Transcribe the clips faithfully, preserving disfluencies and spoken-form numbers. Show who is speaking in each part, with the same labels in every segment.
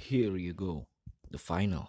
Speaker 1: Here you go, the final.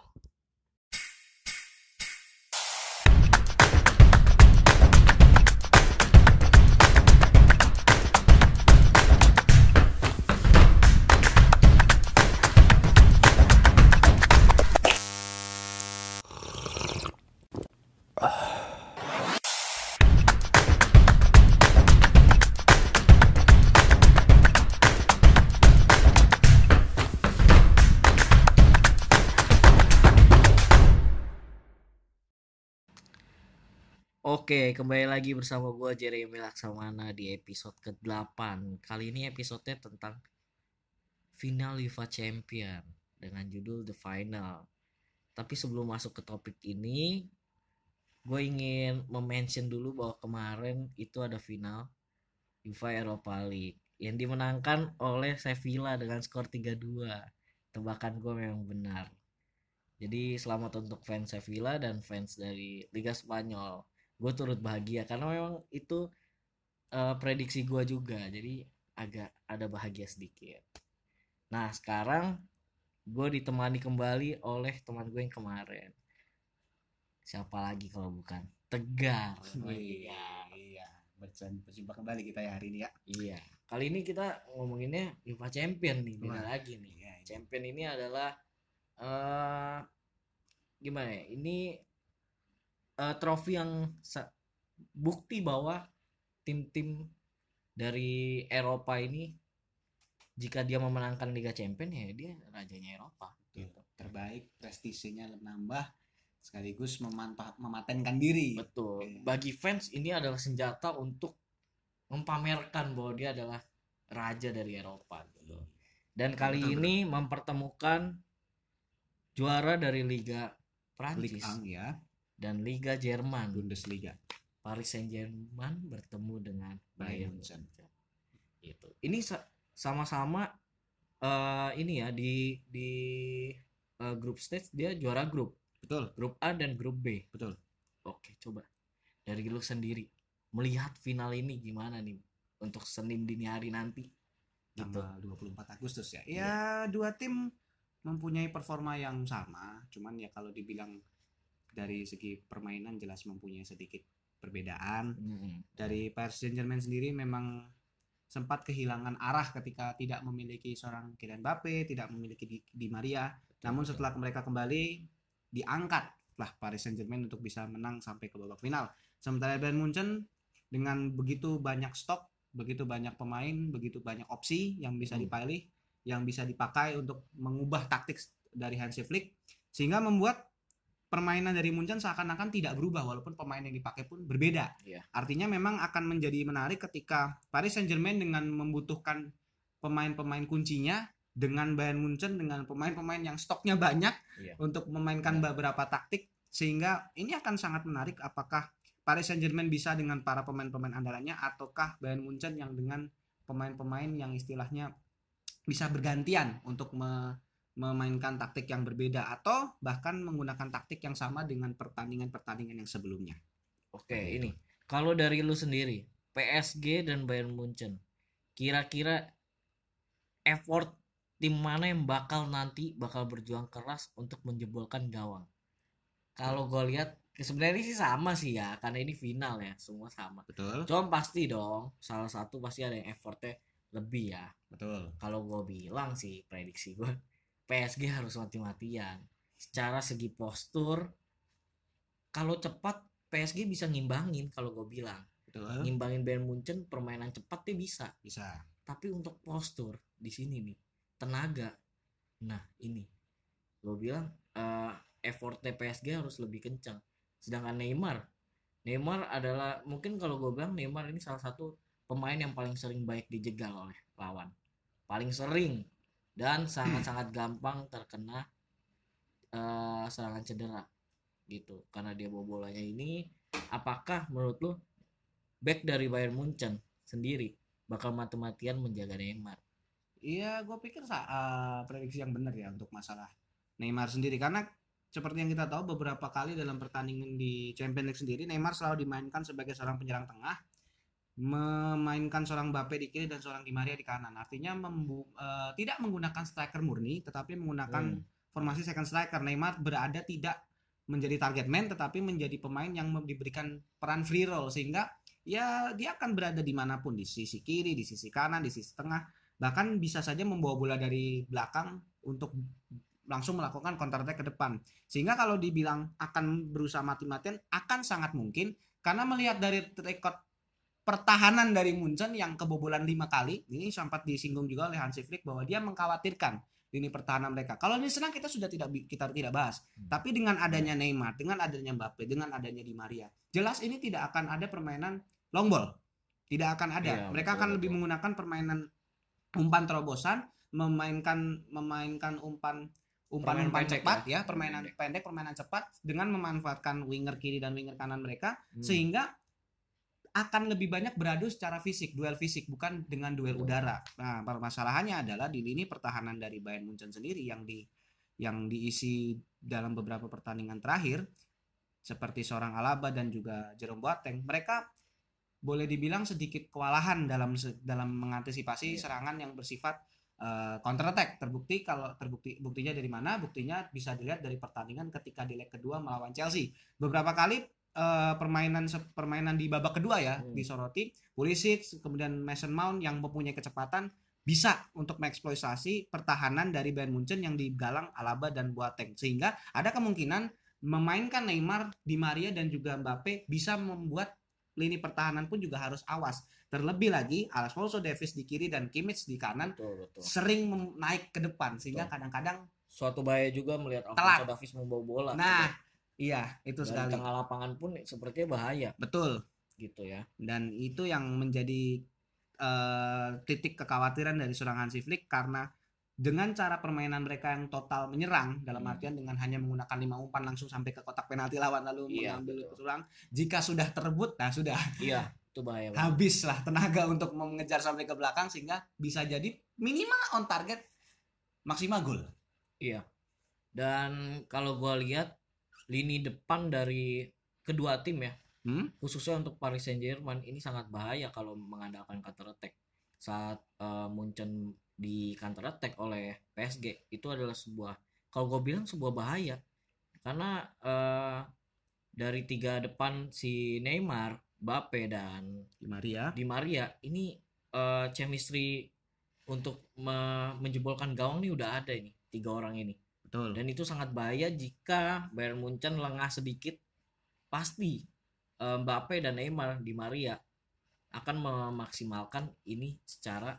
Speaker 2: Oke, kembali lagi bersama gue Jeremy Laksamana di episode kedelapan. Kali ini episodenya tentang final UEFA Champion dengan judul The Final. Tapi sebelum masuk ke topik ini, gue ingin mention dulu bahwa kemarin itu ada final UEFA Europa League yang dimenangkan oleh Sevilla dengan skor tiga dua. Tebakan gue memang benar. Jadi selamat untuk fans Sevilla dan fans dari Liga Spanyol. Gue turut bahagia karena memang itu uh, prediksi gue juga, jadi agak ada bahagia sedikit. Nah sekarang gue ditemani kembali oleh teman gue yang kemarin. Siapa lagi kalau bukan Tegar.
Speaker 3: Oh, iya, iya. Berjumpa kembali kita ya hari ini ya.
Speaker 2: Iya. Kali ini kita ngomonginnya UEFA Champion nih, beda
Speaker 3: Wah,
Speaker 2: lagi nih.
Speaker 3: iya, iya.
Speaker 2: Champion ini adalah uh, gimana ya? Ini uh, trofi yang sa- bukti bahwa tim-tim dari Eropa ini jika dia memenangkan Liga Champions ya dia rajanya Eropa
Speaker 3: gitu. Terbaik, prestisinya nambah sekaligus memanfaat mematenkan diri.
Speaker 2: Betul.
Speaker 3: Iya.
Speaker 2: Bagi fans ini adalah senjata untuk mempamerkan bahwa dia adalah raja dari Eropa gitu. Dan kali
Speaker 3: Betul,
Speaker 2: ini betul. mempertemukan juara dari Liga Prancis
Speaker 3: Ligue ya
Speaker 2: dan Liga Jerman.
Speaker 3: Bundesliga.
Speaker 2: Paris Saint-Germain bertemu dengan Bayern Munchen. Gitu. Ini sa- sama-sama uh, ini ya di di uh, grup stage dia juara grup.
Speaker 3: Betul.
Speaker 2: Grup A dan grup B.
Speaker 3: Betul.
Speaker 2: Oke, coba dari lu sendiri melihat final ini gimana nih untuk Senin dini hari nanti?
Speaker 3: Tanggal dua puluh empat Agustus ya. Ya,
Speaker 2: Iya.
Speaker 3: dua tim mempunyai performa yang sama, cuman ya kalau dibilang dari segi permainan jelas mempunyai sedikit perbedaan.
Speaker 2: Mm-hmm.
Speaker 3: Dari Paris Saint-Germain sendiri memang sempat kehilangan arah ketika tidak memiliki seorang Kylian Mbappe, tidak memiliki Di, Di Maria. Betul, Namun setelah betul. mereka kembali diangkat lah Paris Saint-Germain untuk bisa menang sampai ke babak final. Sementara Bayern Munchen dengan begitu banyak stok, begitu banyak pemain, begitu banyak opsi yang bisa hmm. dipilih, yang bisa dipakai untuk mengubah taktik dari Hansi Flick, sehingga membuat permainan dari Munchen seakan-akan tidak berubah walaupun pemain yang dipakai pun berbeda.
Speaker 2: Yeah.
Speaker 3: Artinya memang akan menjadi menarik ketika Paris Saint-Germain dengan membutuhkan pemain-pemain kuncinya dengan Bayern Munchen dengan pemain-pemain yang stoknya banyak yeah. untuk memainkan yeah. beberapa taktik, sehingga ini akan sangat menarik apakah Paris Saint-Germain bisa dengan para pemain-pemain andalannya ataukah Bayern Munchen yang dengan pemain-pemain yang istilahnya bisa bergantian untuk me- memainkan taktik yang berbeda atau bahkan menggunakan taktik yang sama dengan pertandingan-pertandingan yang sebelumnya.
Speaker 2: Oke, Oke ini kalau dari lu sendiri P S G dan Bayern Munchen, kira-kira effort tim mana yang bakal nanti bakal berjuang keras untuk menjebolkan gawang? Kalau gue lihat sebenarnya sih sama sih ya, karena ini final ya, semua sama.
Speaker 3: Betul.
Speaker 2: Cuma pasti dong, salah satu pasti ada yang effortnya lebih ya.
Speaker 3: Betul.
Speaker 2: Kalau gue bilang sih prediksi gue P S G harus mati-matian. Secara segi postur, kalau cepat P S G bisa ngimbangin kalau gue bilang.
Speaker 3: Betul.
Speaker 2: Ngimbangin Bayern Munchen permainan cepat dia bisa.
Speaker 3: Bisa.
Speaker 2: Tapi untuk postur di sini nih, tenaga. Nah ini, gue bilang uh, effortnya P S G harus lebih kencang. Sedangkan Neymar, Neymar adalah mungkin kalau gue bilang Neymar ini salah satu pemain yang paling sering baik dijegal oleh lawan. Paling sering. Dan sangat-sangat gampang terkena uh, serangan cedera gitu karena dia bawa bolanya ini. Apakah menurut lu back dari Bayern Munchen sendiri bakal mati-matian menjaga Neymar?
Speaker 3: Iya, gue pikir uh, prediksi yang benar ya untuk masalah Neymar sendiri, karena seperti yang kita tahu beberapa kali dalam pertandingan di Champions League sendiri Neymar selalu dimainkan sebagai seorang penyerang tengah memainkan seorang Mbappe di kiri dan seorang Di Maria di kanan. Artinya membu- eh, tidak menggunakan striker murni, tetapi menggunakan
Speaker 2: Hmm.
Speaker 3: formasi second striker. Neymar berada tidak menjadi target man, tetapi menjadi pemain yang diberikan peran free roll, sehingga ya dia akan berada dimanapun, di sisi kiri, di sisi kanan, di sisi tengah, bahkan bisa saja membawa bola dari belakang untuk langsung melakukan counter attack ke depan. Sehingga kalau dibilang akan berusaha mati-matian, akan sangat mungkin, karena melihat dari rekod pertahanan dari Munchen yang kebobolan lima kali, ini sempat disinggung juga oleh Hansi Flick bahwa dia mengkhawatirkan lini pertahanan mereka. Kalau ini senang kita sudah tidak kita tidak bahas.
Speaker 2: Hmm.
Speaker 3: Tapi dengan adanya Neymar, dengan adanya Mbappe, dengan adanya Di Maria, jelas ini tidak akan ada permainan long ball. Tidak akan ada.
Speaker 2: Iya,
Speaker 3: Mereka
Speaker 2: betul,
Speaker 3: akan lebih
Speaker 2: betul.
Speaker 3: menggunakan permainan umpan terobosan, memainkan memainkan umpan umpan
Speaker 2: Permainan
Speaker 3: umpan
Speaker 2: pendek
Speaker 3: cepat
Speaker 2: ya,
Speaker 3: ya, permainan
Speaker 2: pendek.
Speaker 3: pendek, permainan cepat dengan memanfaatkan winger kiri dan winger kanan mereka,
Speaker 2: Hmm.
Speaker 3: sehingga akan lebih banyak beradu secara fisik, duel fisik, bukan dengan duel
Speaker 2: Betul.
Speaker 3: udara. Nah, permasalahannya adalah di lini pertahanan dari Bayern Munchen sendiri yang di yang diisi dalam beberapa pertandingan terakhir, seperti seorang Alaba dan juga Jerome Boateng, mereka boleh dibilang sedikit kewalahan dalam dalam mengantisipasi
Speaker 2: Iya.
Speaker 3: serangan yang bersifat uh, counter attack. Terbukti kalau terbukti buktinya dari mana? Buktinya bisa dilihat dari pertandingan ketika di leg kedua melawan Chelsea. Beberapa kali uh, permainan permainan di babak kedua ya
Speaker 2: Hmm.
Speaker 3: disoroti, Pulisic, kemudian Mason Mount yang mempunyai kecepatan bisa untuk mengeksploitasi pertahanan dari Bayern Munchen yang digalang Alaba dan Boateng, sehingga ada kemungkinan memainkan Neymar, Di Maria dan juga Mbappe bisa membuat lini pertahanan pun juga harus awas. Terlebih lagi Alphonso Davies di kiri dan Kimmich di kanan
Speaker 2: Betul, betul.
Speaker 3: sering naik ke depan, sehingga
Speaker 2: Betul.
Speaker 3: kadang-kadang
Speaker 2: Suatu bahaya juga melihat
Speaker 3: Telat.
Speaker 2: Alphonso Davies membawa bola.
Speaker 3: nah iya itu
Speaker 2: Dari
Speaker 3: sekali
Speaker 2: tengah lapangan pun sepertinya bahaya
Speaker 3: betul,
Speaker 2: gitu ya.
Speaker 3: dan itu yang menjadi uh, titik kekhawatiran dari seorang Hansi Flick, karena dengan cara permainan mereka yang total menyerang, dalam
Speaker 2: Hmm.
Speaker 3: artian dengan hanya menggunakan lima umpan langsung sampai ke kotak penalti lawan lalu
Speaker 2: Iya,
Speaker 3: mengambil
Speaker 2: betul.
Speaker 3: peluang, jika sudah terebut, nah sudah
Speaker 2: Iya, itu bahaya banget.
Speaker 3: habislah tenaga untuk mengejar sampai ke belakang, sehingga bisa jadi minimal on target, maksimal gol.
Speaker 2: Iya. Dan kalau gue lihat lini depan dari kedua tim ya,
Speaker 3: hmm?
Speaker 2: khususnya untuk Paris Saint-Germain ini sangat bahaya kalau mengandalkan counter attack. Saat uh, Munchen di counter attack oleh P S G, itu adalah sebuah, kalau gue bilang sebuah bahaya, karena uh, dari tiga depan si Neymar, Mbappe dan
Speaker 3: Di Maria
Speaker 2: Di Maria ini uh, chemistry untuk me- menjebolkan gawang nih udah ada ini tiga orang ini.
Speaker 3: betul.
Speaker 2: Dan itu sangat bahaya jika Bayern Munchen lengah sedikit, pasti uh, Mbappe dan Neymar, Di Maria akan memaksimalkan ini secara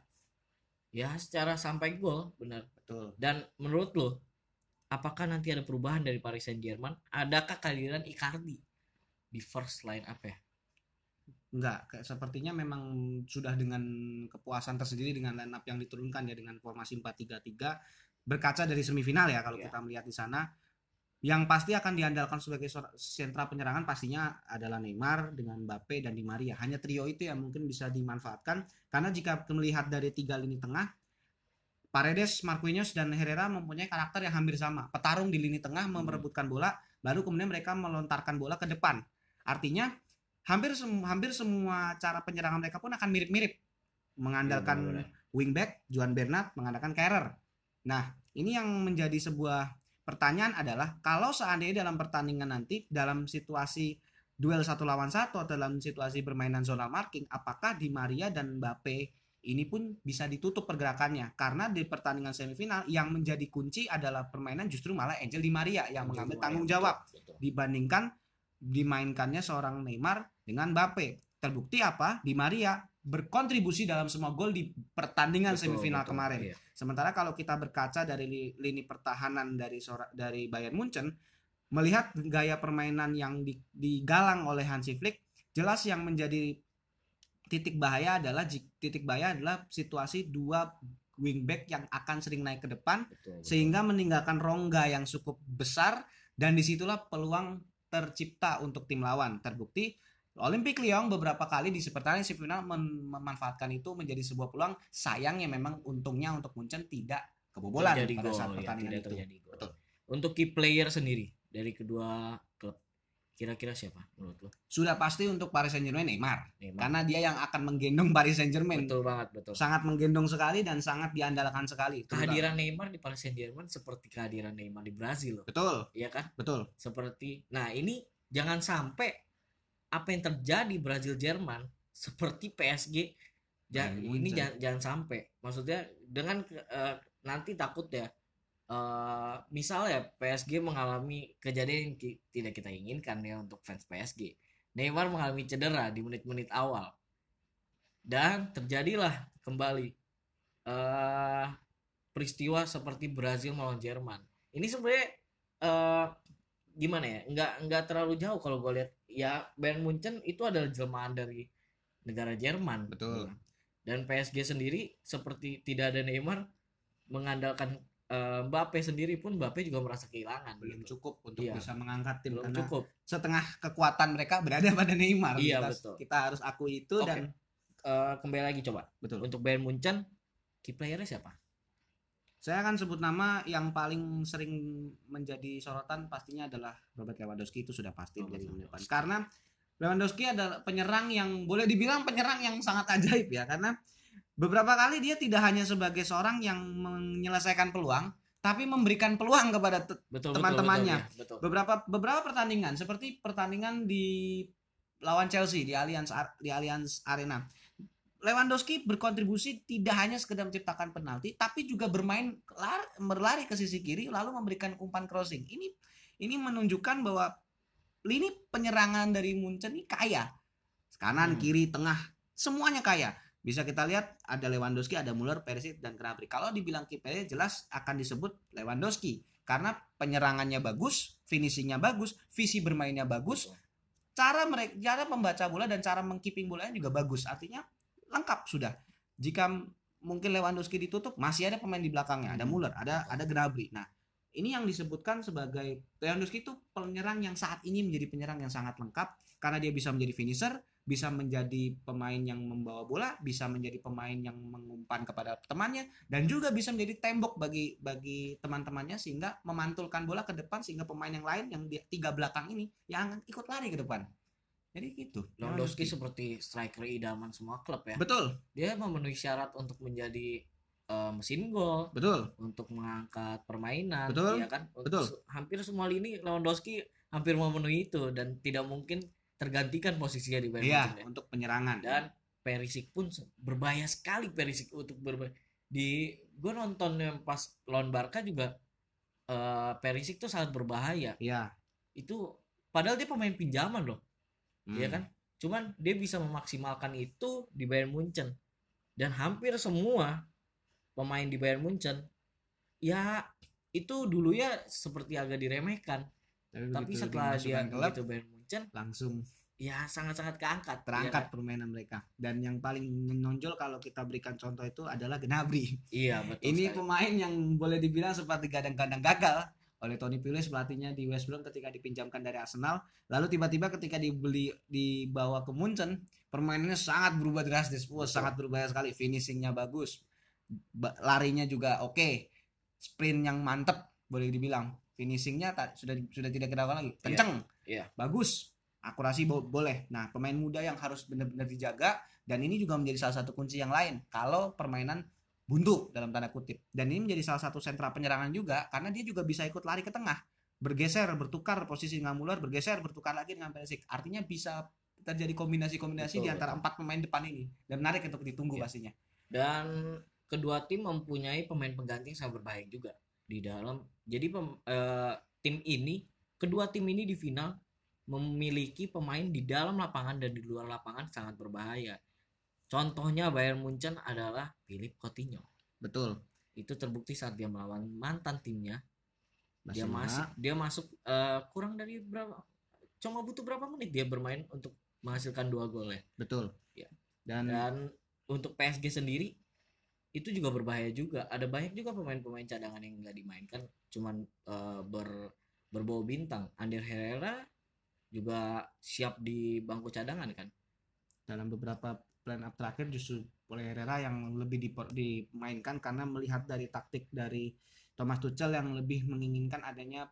Speaker 2: ya secara sampai gol, benar.
Speaker 3: Betul.
Speaker 2: Dan menurut lo, apakah nanti ada perubahan dari Paris Saint-Germain? Adakah kehadiran Icardi di first line up ya?
Speaker 3: Enggak, kayak sepertinya memang sudah dengan kepuasan tersendiri dengan line up yang diturunkan ya, dengan formasi empat tiga tiga, berkaca dari semifinal ya kalau
Speaker 2: Iya.
Speaker 3: kita melihat di sana. Yang pasti akan diandalkan sebagai sentra penyerangan pastinya adalah Neymar dengan Mbappe dan Di Maria. Hanya trio itu yang mungkin bisa dimanfaatkan, karena jika melihat dari tiga lini tengah, Paredes, Marquinhos dan Herrera mempunyai karakter yang hampir sama. Petarung di lini tengah merebutkan bola, baru kemudian mereka melontarkan bola ke depan. Artinya hampir semua hampir semua cara penyerangan mereka pun akan mirip-mirip. Mengandalkan
Speaker 2: Iya, benar-benar.
Speaker 3: wingback, Juan Bernat, mengandalkan Kehrer. Nah, ini yang menjadi sebuah pertanyaan adalah, kalau seandainya dalam pertandingan nanti dalam situasi duel satu lawan satu atau dalam situasi permainan zona marking, apakah Di Maria dan Mbappe ini pun bisa ditutup pergerakannya? Karena di pertandingan semifinal yang menjadi kunci adalah permainan justru malah Angel Di Maria yang mengambil tanggung jawab dibandingkan dimainkannya seorang Neymar dengan Mbappe. Terbukti apa? Di Maria berkontribusi dalam semua gol di pertandingan
Speaker 2: Betul,
Speaker 3: semifinal
Speaker 2: betul,
Speaker 3: kemarin.
Speaker 2: iya.
Speaker 3: Sementara kalau kita berkaca dari lini pertahanan dari dari Bayern Munchen, melihat gaya permainan yang digalang oleh Hansi Flick, jelas yang menjadi titik bahaya adalah titik bahaya adalah situasi dua wingback yang akan sering naik ke depan,
Speaker 2: Betul, betul.
Speaker 3: sehingga meninggalkan rongga yang cukup besar, dan disitulah peluang tercipta untuk tim lawan. Terbukti Olympique Lyon beberapa kali di pertandingan semifinal mem- memanfaatkan itu menjadi sebuah peluang. Sayangnya memang untungnya untuk Munchen tidak kebobolan
Speaker 2: terjadi
Speaker 3: pada
Speaker 2: gol,
Speaker 3: saat
Speaker 2: ya,
Speaker 3: pertandingan
Speaker 2: tidak
Speaker 3: itu.
Speaker 2: terjadi gol.
Speaker 3: Betul.
Speaker 2: Untuk key player sendiri dari kedua klub, Kira-kira siapa menurut lo?
Speaker 3: Sudah pasti untuk Paris Saint-Germain Neymar.
Speaker 2: Neymar.
Speaker 3: Karena dia yang akan menggendong Paris Saint-Germain.
Speaker 2: Betul banget, betul.
Speaker 3: Sangat menggendong sekali dan sangat diandalkan sekali.
Speaker 2: Kehadiran Neymar di Paris Saint-Germain seperti kehadiran Neymar di Brazil loh.
Speaker 3: Betul.
Speaker 2: Iya kan?
Speaker 3: Betul.
Speaker 2: Seperti, nah ini jangan sampai apa yang terjadi Brazil Jerman seperti P S G. Ja,
Speaker 3: Bayern
Speaker 2: ini
Speaker 3: Munchen.
Speaker 2: jangan, jangan sampai. Maksudnya dengan uh, nanti takut ya. Uh, misalnya P S G mengalami kejadian yang ki- tidak kita inginkan ya untuk fans P S G. Neymar mengalami cedera di menit-menit awal dan terjadilah kembali uh, peristiwa seperti Brazil melawan Jerman. Ini sebenarnya uh, gimana ya? Nggak nggak terlalu jauh kalau gue lihat. Ya Bayern Munchen itu adalah jelmaan dari negara Jerman.
Speaker 3: Betul.
Speaker 2: Dan P S G sendiri seperti tidak ada Neymar, mengandalkan Uh, Mbappe sendiri pun Mbappe juga merasa kehilangan.
Speaker 3: Belum
Speaker 2: gitu.
Speaker 3: cukup untuk
Speaker 2: Iya.
Speaker 3: bisa mengangkat tim
Speaker 2: Belum
Speaker 3: karena
Speaker 2: cukup.
Speaker 3: setengah kekuatan mereka berada pada Neymar.
Speaker 2: Iya,
Speaker 3: kita,
Speaker 2: betul.
Speaker 3: kita harus akui itu.
Speaker 2: Oke.
Speaker 3: Dan
Speaker 2: uh, kembali lagi coba.
Speaker 3: betul.
Speaker 2: Untuk Bayern Munchen, key playernya siapa?
Speaker 3: Saya akan sebut nama yang paling sering menjadi sorotan pastinya adalah Robert Lewandowski. Itu sudah pasti
Speaker 2: Robert
Speaker 3: menjadi depan.
Speaker 2: Lewandowski.
Speaker 3: Karena Lewandowski adalah penyerang yang boleh dibilang penyerang yang sangat ajaib ya, karena beberapa kali dia tidak hanya sebagai seorang yang menyelesaikan peluang, tapi memberikan peluang kepada te-
Speaker 2: Betul,
Speaker 3: teman-temannya.
Speaker 2: betul, betul, ya, betul.
Speaker 3: Beberapa beberapa pertandingan seperti pertandingan di lawan Chelsea di Allianz Ar- di Allianz Arena. Lewandowski berkontribusi tidak hanya sekedar menciptakan penalti, tapi juga bermain lar- berlari ke sisi kiri lalu memberikan umpan crossing. Ini ini menunjukkan bahwa lini penyerangan dari Munchen ini kaya. Kanan,
Speaker 2: Hmm.
Speaker 3: kiri, tengah, semuanya kaya. Bisa kita lihat ada Lewandowski, ada Muller, Perisic, dan Gnabry. Kalau dibilang kipernya jelas akan disebut Lewandowski karena penyerangannya bagus, finishingnya bagus, visi bermainnya bagus, cara mereka cara membaca bola dan cara mengkeeping bolanya juga bagus. Artinya lengkap sudah. Jika mungkin Lewandowski ditutup, masih ada pemain di belakangnya, ada Muller, ada ada Gnabry. Nah, ini yang disebutkan sebagai Lewandowski itu penyerang yang saat ini menjadi penyerang yang sangat lengkap karena dia bisa menjadi finisher, bisa menjadi pemain yang membawa bola, bisa menjadi pemain yang mengumpan kepada temannya, dan juga bisa menjadi tembok bagi bagi teman-temannya sehingga memantulkan bola ke depan sehingga pemain yang lain yang di tiga belakang ini yang ikut lari ke depan. Jadi gitu.
Speaker 2: Lewandowski seperti striker idaman semua klub ya.
Speaker 3: Betul.
Speaker 2: Dia memenuhi syarat untuk menjadi uh, mesin gol,
Speaker 3: Betul.
Speaker 2: untuk mengangkat permainan,
Speaker 3: Betul.
Speaker 2: ya kan?
Speaker 3: Betul.
Speaker 2: Su- Hampir semua lini Lewandowski hampir memenuhi itu dan tidak mungkin tergantikan posisinya di Bayern
Speaker 3: Iya,
Speaker 2: Munchen ya.
Speaker 3: untuk penyerangan.
Speaker 2: Dan Perisic pun berbahaya sekali Perisic untuk berbahaya. Di gue nonton yang pas lawan Barca juga uh, Perisic tuh sangat berbahaya.
Speaker 3: Iya.
Speaker 2: Itu padahal dia pemain pinjaman loh.
Speaker 3: Hmm.
Speaker 2: Ya kan? Cuman dia bisa memaksimalkan itu di Bayern Munchen. Dan hampir semua pemain di Bayern Munchen ya itu dulu ya seperti agak diremehkan.
Speaker 3: Tapi,
Speaker 2: Tapi
Speaker 3: begitu
Speaker 2: setelah dia
Speaker 3: dimasukkan klub,
Speaker 2: gitu Bayern Munchen
Speaker 3: langsung
Speaker 2: ya sangat-sangat keangkat.
Speaker 3: terangkat
Speaker 2: ya kan?
Speaker 3: permainan mereka. Dan yang paling menonjol kalau kita berikan contoh itu adalah Gnabry.
Speaker 2: Iya betul.
Speaker 3: Ini
Speaker 2: sekali.
Speaker 3: pemain yang boleh dibilang seperti gadang-gadang gagal oleh Tony Pulis, pelatihnya di West Brom ketika dipinjamkan dari Arsenal. Lalu tiba-tiba ketika dibeli dibawa ke Munchen, permainannya sangat berubah drastis. Wah, sangat berubah sekali. Finishingnya bagus, ba- larinya juga oke, okay. Sprint yang mantep boleh dibilang. Finishingnya ta- sudah sudah tidak keraguan lagi, kenceng,
Speaker 2: Iya.
Speaker 3: bagus, akurasi bo- boleh. Nah, pemain muda yang harus benar-benar dijaga, dan ini juga menjadi salah satu kunci yang lain kalau permainan buntu dalam tanda kutip. Dan ini menjadi salah satu sentra penyerangan juga karena dia juga bisa ikut lari ke tengah, bergeser, bertukar posisi dengan Muller, bergeser, bertukar lagi dengan Perisic. Artinya bisa terjadi kombinasi-kombinasi
Speaker 2: Betul,
Speaker 3: di antara
Speaker 2: betul.
Speaker 3: empat pemain depan ini, dan menarik untuk ditunggu
Speaker 2: Iya.
Speaker 3: pastinya.
Speaker 2: Dan kedua tim mempunyai pemain pengganti yang sangat berbahaya juga di dalam. Jadi pem, eh, tim ini, kedua tim ini di final memiliki pemain di dalam lapangan dan di luar lapangan sangat berbahaya. Contohnya Bayern Munchen adalah Philippe Coutinho.
Speaker 3: Betul.
Speaker 2: Itu terbukti saat dia melawan mantan timnya. Dia
Speaker 3: Barcelona.
Speaker 2: masih dia masuk eh, kurang dari berapa? Cuma butuh berapa menit dia bermain untuk menghasilkan dua gol ya.
Speaker 3: Betul.
Speaker 2: Ya.
Speaker 3: Dan,
Speaker 2: Dan untuk P S G sendiri itu juga berbahaya juga. Ada banyak juga pemain-pemain cadangan yang nggak dimainkan, cuman eh, ber berbau bintang. Ander Herrera juga siap di bangku cadangan kan.
Speaker 3: dalam beberapa plan up terakhir justru oleh Herrera yang lebih dipo- dimainkan karena melihat dari taktik dari Thomas Tuchel yang lebih menginginkan adanya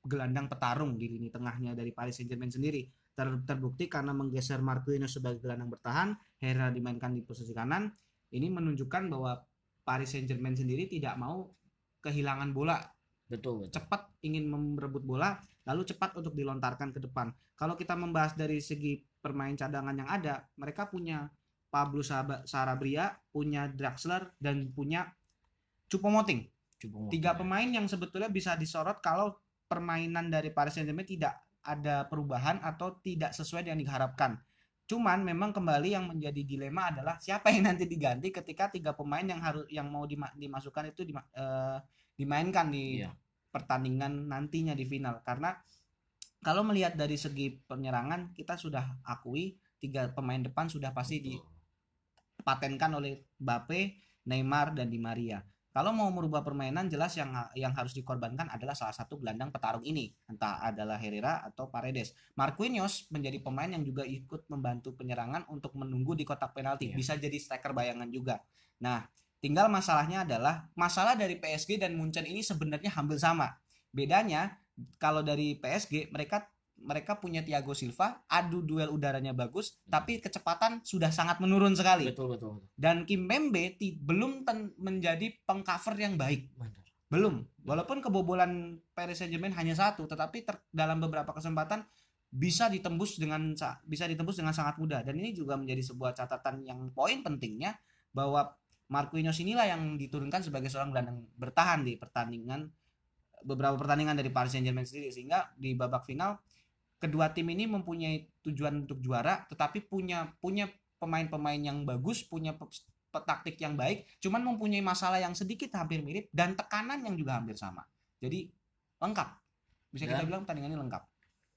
Speaker 3: gelandang petarung di lini tengahnya dari Paris Saint-Germain sendiri. Ter- terbukti karena menggeser Marquinhos sebagai gelandang bertahan, Herrera dimainkan di posisi kanan. Ini menunjukkan bahwa Paris Saint-Germain sendiri tidak mau kehilangan bola,
Speaker 2: Betul, betul.
Speaker 3: cepat ingin merebut bola, lalu cepat untuk dilontarkan ke depan. Kalau kita membahas dari segi permain cadangan yang ada, mereka punya Pablo Sarabia, punya Draxler, dan punya Choupo-Moting.
Speaker 2: Choupo-Moting,
Speaker 3: Tiga
Speaker 2: ya.
Speaker 3: pemain yang sebetulnya bisa disorot kalau permainan dari Paris Saint-Germain tidak ada perubahan atau tidak sesuai yang diharapkan. Cuman memang kembali yang menjadi dilema adalah siapa yang nanti diganti ketika tiga pemain yang harus yang mau dima- dimasukkan itu dima- eh, dimainkan di
Speaker 2: Iya.
Speaker 3: pertandingan nantinya di final. Karena kalau melihat dari segi penyerangan, kita sudah akui tiga pemain depan sudah pasti
Speaker 2: Betul.
Speaker 3: dipatenkan oleh Mbappe, Neymar, dan Di Maria. Kalau mau merubah permainan, jelas yang yang harus dikorbankan adalah salah satu gelandang petarung ini, entah adalah Herrera atau Paredes. Marquinhos menjadi pemain yang juga ikut membantu penyerangan untuk menunggu di kotak penalti.
Speaker 2: Iya.
Speaker 3: Bisa jadi striker bayangan juga. Nah, tinggal masalahnya adalah masalah dari P S G dan Munchen ini sebenarnya hampir sama. Bedanya kalau dari P S G mereka mereka punya Thiago Silva, adu duel udaranya bagus, tapi kecepatan sudah sangat menurun sekali.
Speaker 2: Betul, betul, betul.
Speaker 3: Dan Kimpembe ti- belum ten- menjadi pengcover yang baik.
Speaker 2: Benar.
Speaker 3: Belum. Walaupun kebobolan Paris Saint-Germain hanya satu, tetapi ter- dalam beberapa kesempatan bisa ditembus dengan sa- bisa ditembus dengan sangat mudah. Dan ini juga menjadi sebuah catatan yang poin pentingnya bahwa Marquinhos inilah yang diturunkan sebagai seorang gelandang bertahan di pertandingan beberapa pertandingan dari Paris Saint-Germain sendiri, sehingga di babak final kedua tim ini mempunyai tujuan untuk juara, tetapi punya punya pemain-pemain yang bagus, punya pe- pe- taktik yang baik, cuman mempunyai masalah yang sedikit hampir mirip dan tekanan yang juga hampir sama. Jadi lengkap. Bisa kita
Speaker 2: Dan-
Speaker 3: bilang pertandingan ini lengkap.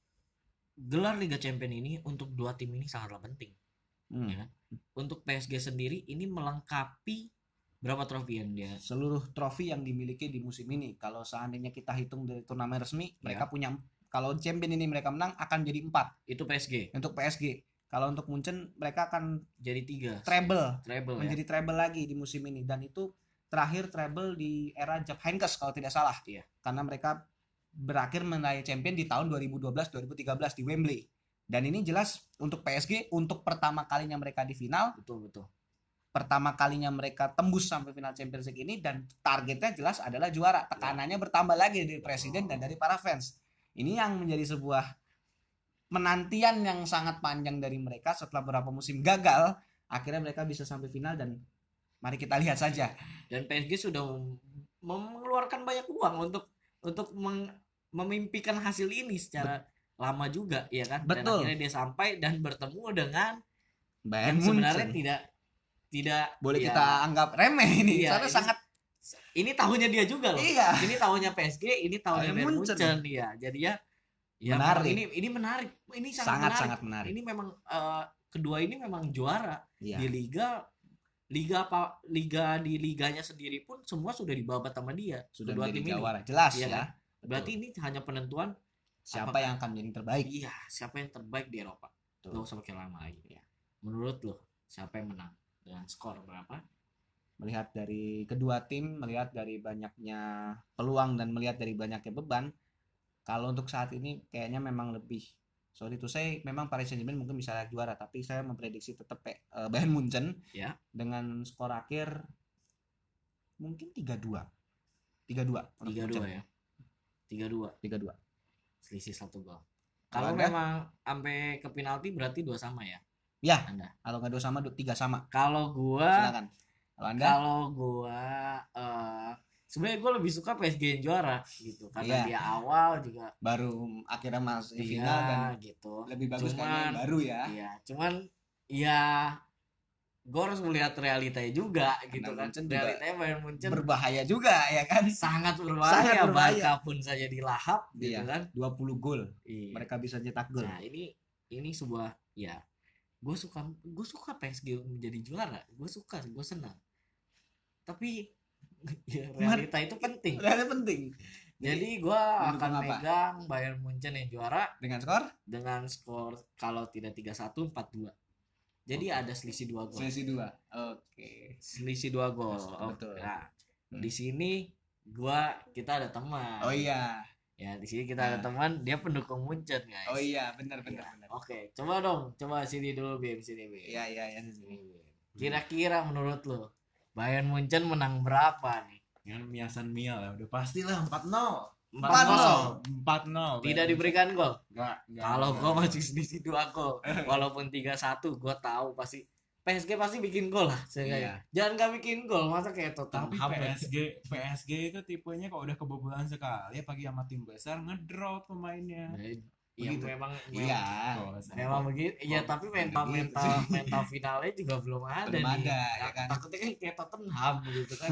Speaker 2: Gelar Liga Champions ini untuk dua tim ini sangatlah penting.
Speaker 3: Hmm.
Speaker 2: Ya. Untuk P S G sendiri ini melengkapi berapa trofi yang dia?
Speaker 3: Seluruh trofi yang dimiliki di musim ini, kalau seandainya kita hitung dari turnamen resmi,
Speaker 2: Ya.
Speaker 3: mereka punya, kalau champion ini mereka menang akan jadi empat
Speaker 2: Itu P S G.
Speaker 3: untuk P S G. Kalau untuk Munchen mereka akan
Speaker 2: Jadi tiga.
Speaker 3: treble,
Speaker 2: Treble ya.
Speaker 3: menjadi treble lagi di musim ini, dan itu terakhir treble di era Jupp Heynckes kalau tidak salah.
Speaker 2: Iya.
Speaker 3: Karena mereka berakhir meraih champion di tahun dua ribu dua belas dua ribu tiga belas di Wembley. Dan ini jelas untuk P S G untuk pertama kalinya mereka di final,
Speaker 2: Betul, betul.
Speaker 3: pertama kalinya mereka tembus sampai final Champions League ini, dan targetnya jelas adalah juara. Tekanannya bertambah lagi dari presiden dan dari para fans. Ini yang menjadi sebuah menantian yang sangat panjang dari mereka setelah beberapa musim gagal, akhirnya mereka bisa sampai final, dan mari kita lihat saja.
Speaker 2: Dan P S G sudah mem- mengeluarkan banyak uang untuk untuk meng- memimpikan hasil ini secara lama juga, ya kan? Dan
Speaker 3: Betul.
Speaker 2: akhirnya dia sampai dan bertemu dengan
Speaker 3: Bayern
Speaker 2: yang sebenarnya
Speaker 3: Munchen.
Speaker 2: tidak tidak
Speaker 3: Boleh
Speaker 2: ya,
Speaker 3: kita anggap remeh ini,
Speaker 2: Iya,
Speaker 3: karena
Speaker 2: ini-
Speaker 3: sangat
Speaker 2: ini tahunnya dia juga loh.
Speaker 3: iya.
Speaker 2: Ini tahunnya P S G, ini tahunnya
Speaker 3: Bayern
Speaker 2: Bayern
Speaker 3: Munchen.
Speaker 2: Munchen, ya. Jadi ya, ya
Speaker 3: Menarik.
Speaker 2: memang ini ini menarik. Ini sangat,
Speaker 3: sangat
Speaker 2: menarik.
Speaker 3: sangat menarik.
Speaker 2: Ini memang eh, kedua ini memang juara
Speaker 3: Iya.
Speaker 2: di liga liga apa liga di liganya sendiri pun semua sudah dibabat sama dia.
Speaker 3: Sudah
Speaker 2: kedua
Speaker 3: menjadi
Speaker 2: tim ini.
Speaker 3: jawara, jelas
Speaker 2: Iya
Speaker 3: ya.
Speaker 2: kan? Berarti ini hanya penentuan
Speaker 3: Siapa
Speaker 2: apakah-
Speaker 3: yang akan menjadi terbaik?
Speaker 2: iya, siapa yang terbaik di Eropa.
Speaker 3: Tuh.
Speaker 2: Gak usah pakai lama lagi.
Speaker 3: Iya.
Speaker 2: Menurut lo siapa yang menang dengan skor berapa?
Speaker 3: Melihat dari kedua tim, melihat dari banyaknya peluang dan melihat dari banyaknya beban, kalau untuk saat ini kayaknya memang lebih, sorry to say, memang Paris Saint-Germain mungkin bisa juara, tapi saya memprediksi tetap eh, Bayern Munchen
Speaker 2: Ya.
Speaker 3: dengan skor akhir mungkin tiga dua. tiga dua.
Speaker 2: tiga dua ya. tiga dua.
Speaker 3: tiga dua.
Speaker 2: Selisih satu gol.
Speaker 3: Kalau
Speaker 2: Kalau
Speaker 3: Anda?
Speaker 2: memang sampai ke penalti berarti dua sama ya.
Speaker 3: Ya,
Speaker 2: Anda.
Speaker 3: kalau nggak dua sama, du- tiga sama.
Speaker 2: Kalau gua
Speaker 3: Silakan. Kalau Anda?
Speaker 2: kalau gua eh sebenarnya gua lebih suka P S G yang juara gitu karena
Speaker 3: Iya.
Speaker 2: dia awal juga
Speaker 3: Baru akhirnya masuk
Speaker 2: dia
Speaker 3: final dan
Speaker 2: gitu.
Speaker 3: lebih bagus
Speaker 2: Cuman-
Speaker 3: kayaknya yang baru ya.
Speaker 2: Iya, cuman ya gua harus melihat realitanya juga gitu
Speaker 3: Bayern
Speaker 2: kan.
Speaker 3: Munchen juga
Speaker 2: Realitanya Bayern Munchen
Speaker 3: Berbahaya juga ya kan.
Speaker 2: sangat berbahaya,
Speaker 3: Sangat berbahaya.
Speaker 2: Barca pun saja dilahap gitu
Speaker 3: Iya.
Speaker 2: kan.
Speaker 3: dua puluh gol
Speaker 2: Iya.
Speaker 3: mereka bisa cetak gol.
Speaker 2: Nah ini ini sebuah ya gue suka gue suka P S G menjadi juara, gue suka, gue senang. Tapi ya, realita itu penting.
Speaker 3: Realita penting.
Speaker 2: Jadi gue
Speaker 3: mendukung
Speaker 2: akan
Speaker 3: apa?
Speaker 2: megang Bayern Munchen yang juara
Speaker 3: Dengan skor
Speaker 2: dengan skor kalau tidak tiga satu empat dua. Jadi
Speaker 3: Oke.
Speaker 2: ada selisih dua gol.
Speaker 3: selisih dua. Oke.
Speaker 2: Selisih dua gol.
Speaker 3: Betul.
Speaker 2: Oke. Nah,
Speaker 3: Hmm.
Speaker 2: di sini gua kita ada teman.
Speaker 3: Oh iya.
Speaker 2: Ya di sini kita ada
Speaker 3: Nah.
Speaker 2: teman, dia pendukung Munchen guys.
Speaker 3: Oh iya, benar benar
Speaker 2: Iya.
Speaker 3: benar.
Speaker 2: Oke, coba dong, coba sini dulu Bim, sini Bim.
Speaker 3: Iya iya iya.
Speaker 2: Sini, Bim. Kira-kira menurut lo Bayern Munchen menang berapa nih?
Speaker 4: Dengan Miasan Mia lah, udah pastilah empat nol.
Speaker 2: empat nol.
Speaker 4: empat nol.
Speaker 2: Tidak diberikan gol.
Speaker 4: Enggak, enggak.
Speaker 2: Kalau
Speaker 4: enggak,
Speaker 2: gue
Speaker 4: enggak.
Speaker 2: masih sedikit dua gol, walaupun tiga satu, gue tahu pasti P S G pasti bikin gol lah. Seenggaknya. Jangan gak bikin gol, masa kayak Tottenham.
Speaker 4: Tapi P S G P S G itu tipenya kalau udah kebobolan sekali apalagi sama tim besar ngedrop pemainnya.
Speaker 2: Iya
Speaker 3: Begitu.
Speaker 2: memang,
Speaker 3: Iya.
Speaker 4: Oh,
Speaker 2: memang begitu. Iya
Speaker 3: Oh,
Speaker 2: tapi mental
Speaker 3: begitu
Speaker 2: mental
Speaker 3: sih.
Speaker 2: mental finalnya juga belum ada
Speaker 3: Belum
Speaker 2: nih.
Speaker 3: ada, ya kan?
Speaker 2: Takutnya kan kayak Tottenham gitu kan.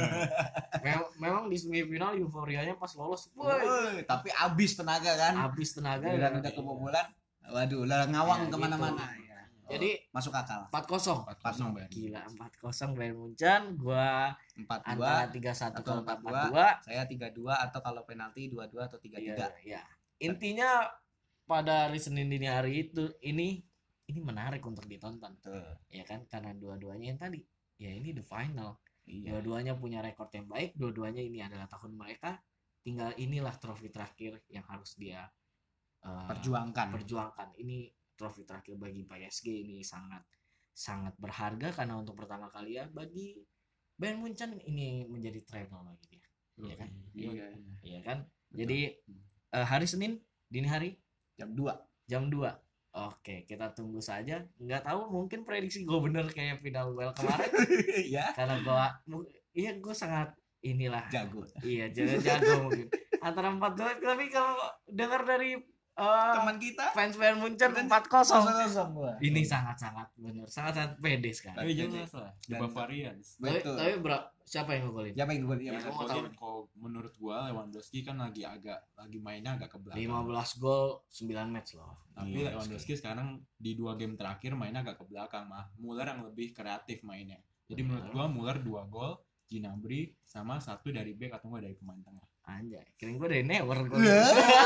Speaker 2: memang, memang di semifinal euforianya pas lolos, woi,
Speaker 3: Woi, tapi abis tenaga kan.
Speaker 2: habis tenaga.
Speaker 3: Giliran
Speaker 2: ya.
Speaker 3: udah kebobolan, waduh, lah ngawang
Speaker 2: Ya,
Speaker 3: kemana-mana.
Speaker 2: gitu. Jadi
Speaker 3: Masuk akal.
Speaker 2: empat kosong.
Speaker 4: empat kosong Bayern.
Speaker 2: Gila empat kosong Bayern Munchen. Gua
Speaker 3: empat dua,
Speaker 2: antara tiga satu
Speaker 3: atau
Speaker 2: atau
Speaker 3: empat
Speaker 2: empat
Speaker 3: dua.
Speaker 2: dua.
Speaker 3: saya tiga dua atau kalau penalti dua dua atau tiga
Speaker 2: Iya,
Speaker 3: tiga.
Speaker 2: iya. Intinya pada hari Senin dini hari itu ini ini menarik untuk ditonton.
Speaker 3: Betul.
Speaker 2: Ya kan karena dua-duanya yang tadi ya ini the final.
Speaker 3: Iya.
Speaker 2: Dua-duanya punya rekor yang baik, dua-duanya ini adalah tahun mereka. Tinggal inilah trofi terakhir yang harus dia uh,
Speaker 3: Perjuangkan.
Speaker 2: perjuangkan. Ini trofi terakhir bagi P S G, ini sangat sangat berharga karena untuk pertama kali ya bagi Bayern Munchen ini menjadi treble bagi dia. Iya kan?
Speaker 3: Iya.
Speaker 2: Iya kan? Jadi uh, hari Senin dini hari
Speaker 3: Jam dua.
Speaker 2: jam dua. Oke, kita tunggu saja. Nggak tahu mungkin prediksi gue bener kayak final duel kemarin
Speaker 3: Iya.
Speaker 2: karena gue iya gue sangat inilah
Speaker 3: Jago.
Speaker 2: iya jago jago mungkin antara empat dua, tapi kalau dengar dari uh,
Speaker 3: Teman kita
Speaker 2: fans Bayern Munchen empat kosong
Speaker 3: kosong gua.
Speaker 2: ini sangat-sangat bener sangat-sangat pede sekali.
Speaker 4: Tapi jelas lah, the
Speaker 3: Dan-
Speaker 4: Bavarians.
Speaker 2: Tapi,
Speaker 3: Betul.
Speaker 2: tapi bro, siapa yang ngegolin?
Speaker 3: Siapa yang gue
Speaker 2: Ya,
Speaker 3: ya,
Speaker 2: gua
Speaker 4: Kalau-
Speaker 2: tahu.
Speaker 4: kalau menurut gua Lewandowski kan lagi agak lagi mainnya agak ke belakang.
Speaker 2: lima belas gol sembilan match loh.
Speaker 4: Tapi
Speaker 2: Iya,
Speaker 4: Lewandowski sekarang di dua game terakhir mainnya agak ke belakang mah. Muller yang lebih kreatif mainnya. Jadi
Speaker 2: Benar.
Speaker 4: menurut gua Muller dua gol, Gnabry sama satu dari back atau enggak dari pemain tengah.
Speaker 2: Anjay, kirain gue dari Neuer gue.
Speaker 3: Lah.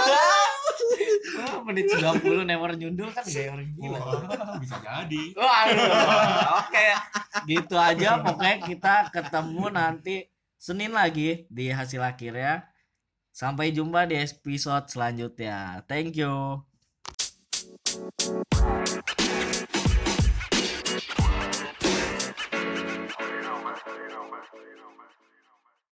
Speaker 2: Wah, menit sembilan puluh Neuer nyundul kan gaya orang gila.
Speaker 4: Wah, bisa jadi.
Speaker 2: Wah, oke. Gitu aja pokoknya kita ketemu nanti Senin lagi di hasil akhirnya. Sampai jumpa di episode selanjutnya. Thank you.